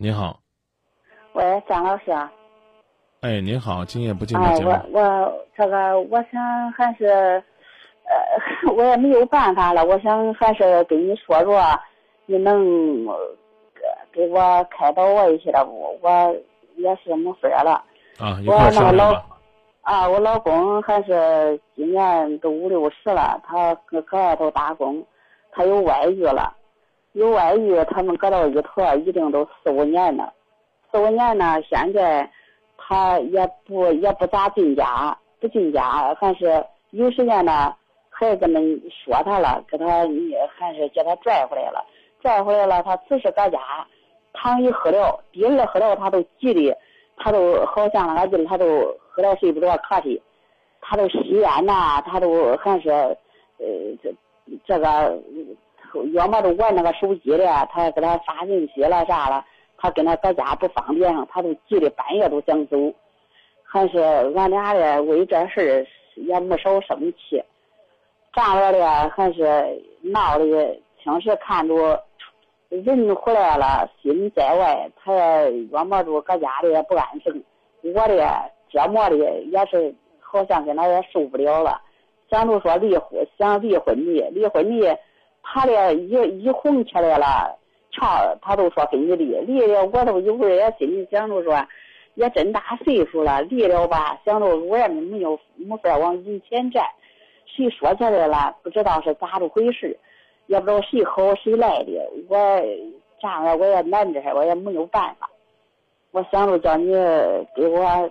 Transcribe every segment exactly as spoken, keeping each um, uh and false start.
你好。 喂，张老师。 哎，您好，今夜不寂寞哎， 节目。 我我这个我想还是，呃，我也没有办法了，我想还是跟你说说，你能给给我开导我一下，我我也是没法了。 啊，一块儿商量吧。 啊，我老公还是今年都五六十了，他搁搁外头打工，他有外遇了，有外遇，他们搁到一坨已经都四五年了，四五年呢，现在他也不也不咋进家，不进家，还是有时间呢，孩子们说他了，给他还是叫他拽回来了，拽回来了，他只是搁家躺一喝了，第二喝了他都急的，他都好像那个劲，他都喝了睡不着瞌睡，他都吸烟呐，他都还是呃这这个要么都玩那个手机了，他给他发信息了啥了，他跟他搁家不方便，他都急的半夜都想走，还是俺俩的为这事也没少生气，丈人的还是闹的，平时看着人回来了心在外，他也约摸着搁家里也不安生，我的折磨的也是好像跟他也受不了了，想着说离婚，想离婚的离婚的，他的一一哄起来了，吵他都说跟你离离了，我都有时也心里想着说也真大岁数了，离了吧，想着我也没有没法往人前站，谁说起来了不知道是咋着回事，也不知道谁好谁赖的，我这样我也难着，我也没有办法，我想着叫你给我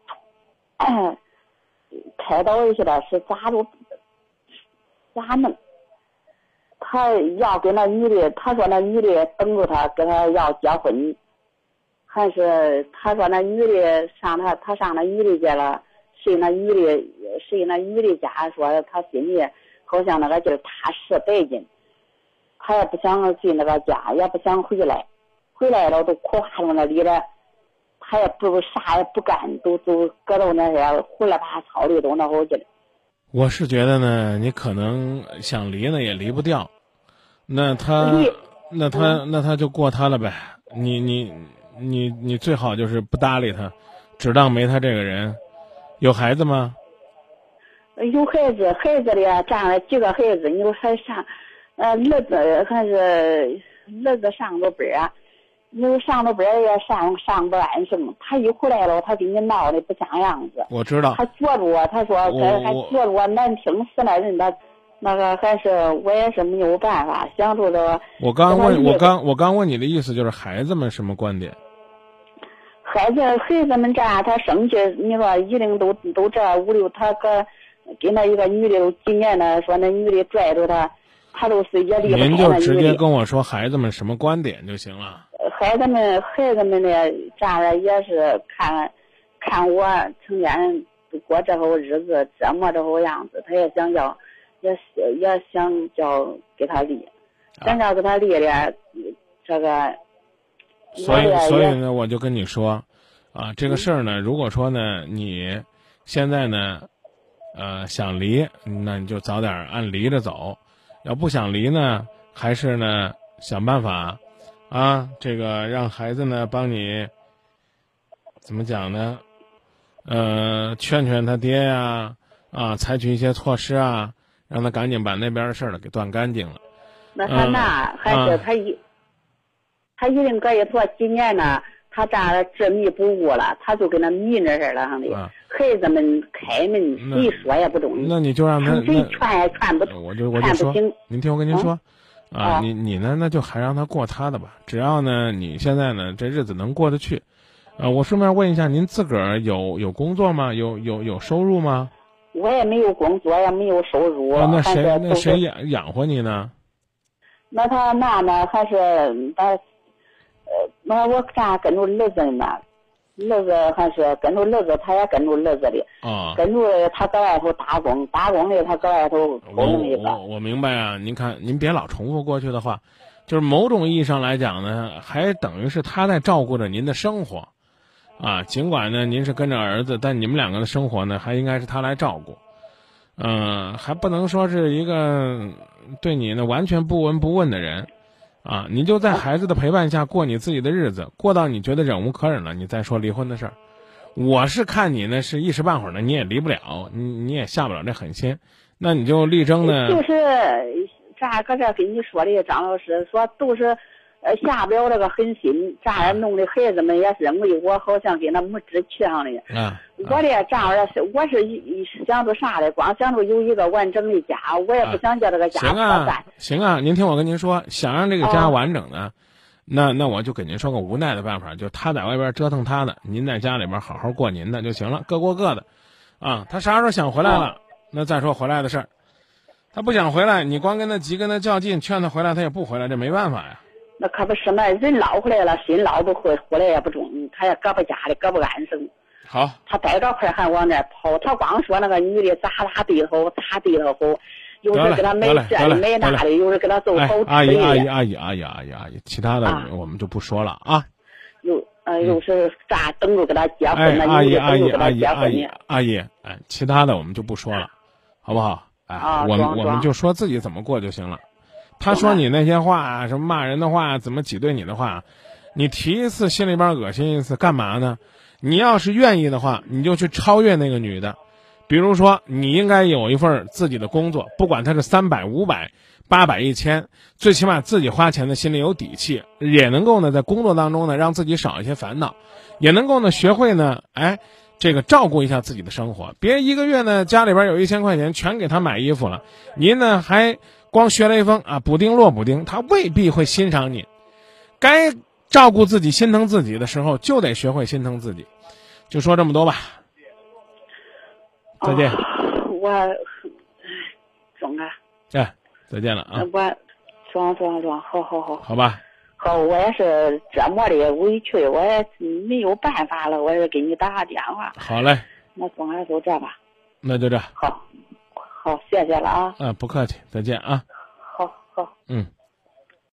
开导一下的是咋着咋弄。他要跟那女的，他说那女的等着他跟他要结婚，还是他说那女的上他他上那女的去了，谁那女的谁那女的家说他心里好像那个劲踏实带劲，他也不想进那个家，也不想回来，回来了都苦哈着那里了，他也不啥也不干，都都搁到那些胡里八草的都那好劲。 我是觉得呢，你可能想离呢也离不掉，那他那他那他就过他了呗，你你你你最好就是不搭理他，只当没他这个人。有孩子吗？ 有孩子，孩子的占了几个孩子，你说还上，呃，儿子还是儿子上着班啊，你说上着班也上上不安生，他一回来了，他给你闹的不像样子。 我知道。 他觉着我，他说还还觉着我难听死了人，他那个还是我也是没有办法，想着的。 我刚问，我刚我刚问你的意思就是孩子们什么观点？ 孩子孩子们这样，他生气，你说一定都都这五六，他跟跟那一个女的都几年了，说那女的拽着他，他都是也离不开那女的。 您就直接跟我说孩子们什么观点就行了。 孩子们孩子们的这样也是看看我成天过这后日子，折磨这后样子，他也想叫，也也想叫给他离，想叫给他离了，这个。 所以，所以呢，我就跟你说，啊，这个事儿呢，如果说呢，你现在呢，呃，想离，那你就早点按离着走；要不想离呢，还是呢，想办法，啊，这个让孩子呢帮你，怎么讲呢？呃，劝劝他爹呀，啊，采取一些措施啊，让他赶紧把那边的事儿呢给断干净了。 那他那、嗯、还是他一。啊他已经搁一坨几年了，他这样执迷不悟了，他就跟那迷那似的，兄弟。啊、孩子们开门，谁说也不中。 那你就让他谁劝也劝不通。 我就我就说，您听我跟您说， 嗯、 啊，你你呢，那就还让他过他的吧。只要呢，你现在呢这日子能过得去，呃，我顺便问一下，您自个儿有有工作吗？有有有收入吗？ 我也没有工作，也没有收入。 啊、那谁那谁养养活你呢？ 那他那呢？还是他。呃，那我家跟着儿子呢，儿子还是跟着儿子，他也跟着儿子的， 啊， 跟着他搁外头打工，打工的他搁外头我我我明白啊，您看，您别老重复过去的话，就是某种意义上来讲呢，还等于是他在照顾着您的生活，啊，尽管呢您是跟着儿子，但你们两个的生活呢，还应该是他来照顾，嗯、呃，还不能说是一个对你呢完全不闻不问的人。 啊，你就在孩子的陪伴下过你自己的日子，过到你觉得忍无可忍了，你再说离婚的事儿。我是看你呢是一时半会儿呢你也离不了，你你也下不了这狠心，那你就力争呢。 就是咋搁这跟你说的，张老师说都是呃下不了这个狠心，咋弄的孩子们也是认为我好像跟他母子气上的。 啊， 我的丈人是我是一想着啥的，光想着有一个完整的家，我也不想叫这个家行啊，行啊，您听我跟您说，想让这个家完整呢，哦、那那我就给您说个无奈的办法，就他在外边折腾他的，您在家里边好好过您的就行了，各过各的，啊，他啥时候想回来了，哦、那再说回来的事儿。他不想回来，你光跟他急，跟他较劲，劝他回来，他也不回来，这没办法呀。 那可不是嘛，人老回来了，心老不回，回来也不中，他也搁不家里，搁不安生。 好， 他逮着块还往那跑，他光说那个女的咋咋对头，咋对头后，有时给他买这的买那的，有时给他做好吃的。 阿姨阿姨阿姨阿姨阿姨阿姨，其他的我们就不说了啊。 有呃，有时咋等着给他结婚呢？ 阿姨阿姨阿姨阿姨阿姨，哎，其他的我们就不说了，好不好？哎， 啊、 我们我们就说自己怎么过就行了。他说你那些话，什么骂人的话，怎么挤兑你的话，你提一次心里边恶心一次，干嘛呢？你要是愿意的话，你就去超越那个女的。比如说，你应该有一份自己的工作，不管它是三百、五百、八百、一千，最起码自己花钱的心里有底气，也能够呢在工作当中呢让自己少一些烦恼，也能够呢学会呢，哎。这个照顾一下自己的生活，别一个月呢家里边有一千块钱全给他买衣服了，您呢还光学雷锋啊补丁落补丁，他未必会欣赏你。该照顾自己心疼自己的时候就得学会心疼自己。就说这么多吧，再见。 哦、我中啊哎再见了啊。 我装装装好好好好吧， 好，我也是折磨的委屈，我也没有办法了，我也给你打个电话。 好嘞， 那总还就这吧。 那就这。 好，好，谢谢了啊。 嗯，不客气，再见啊。 好好。 嗯。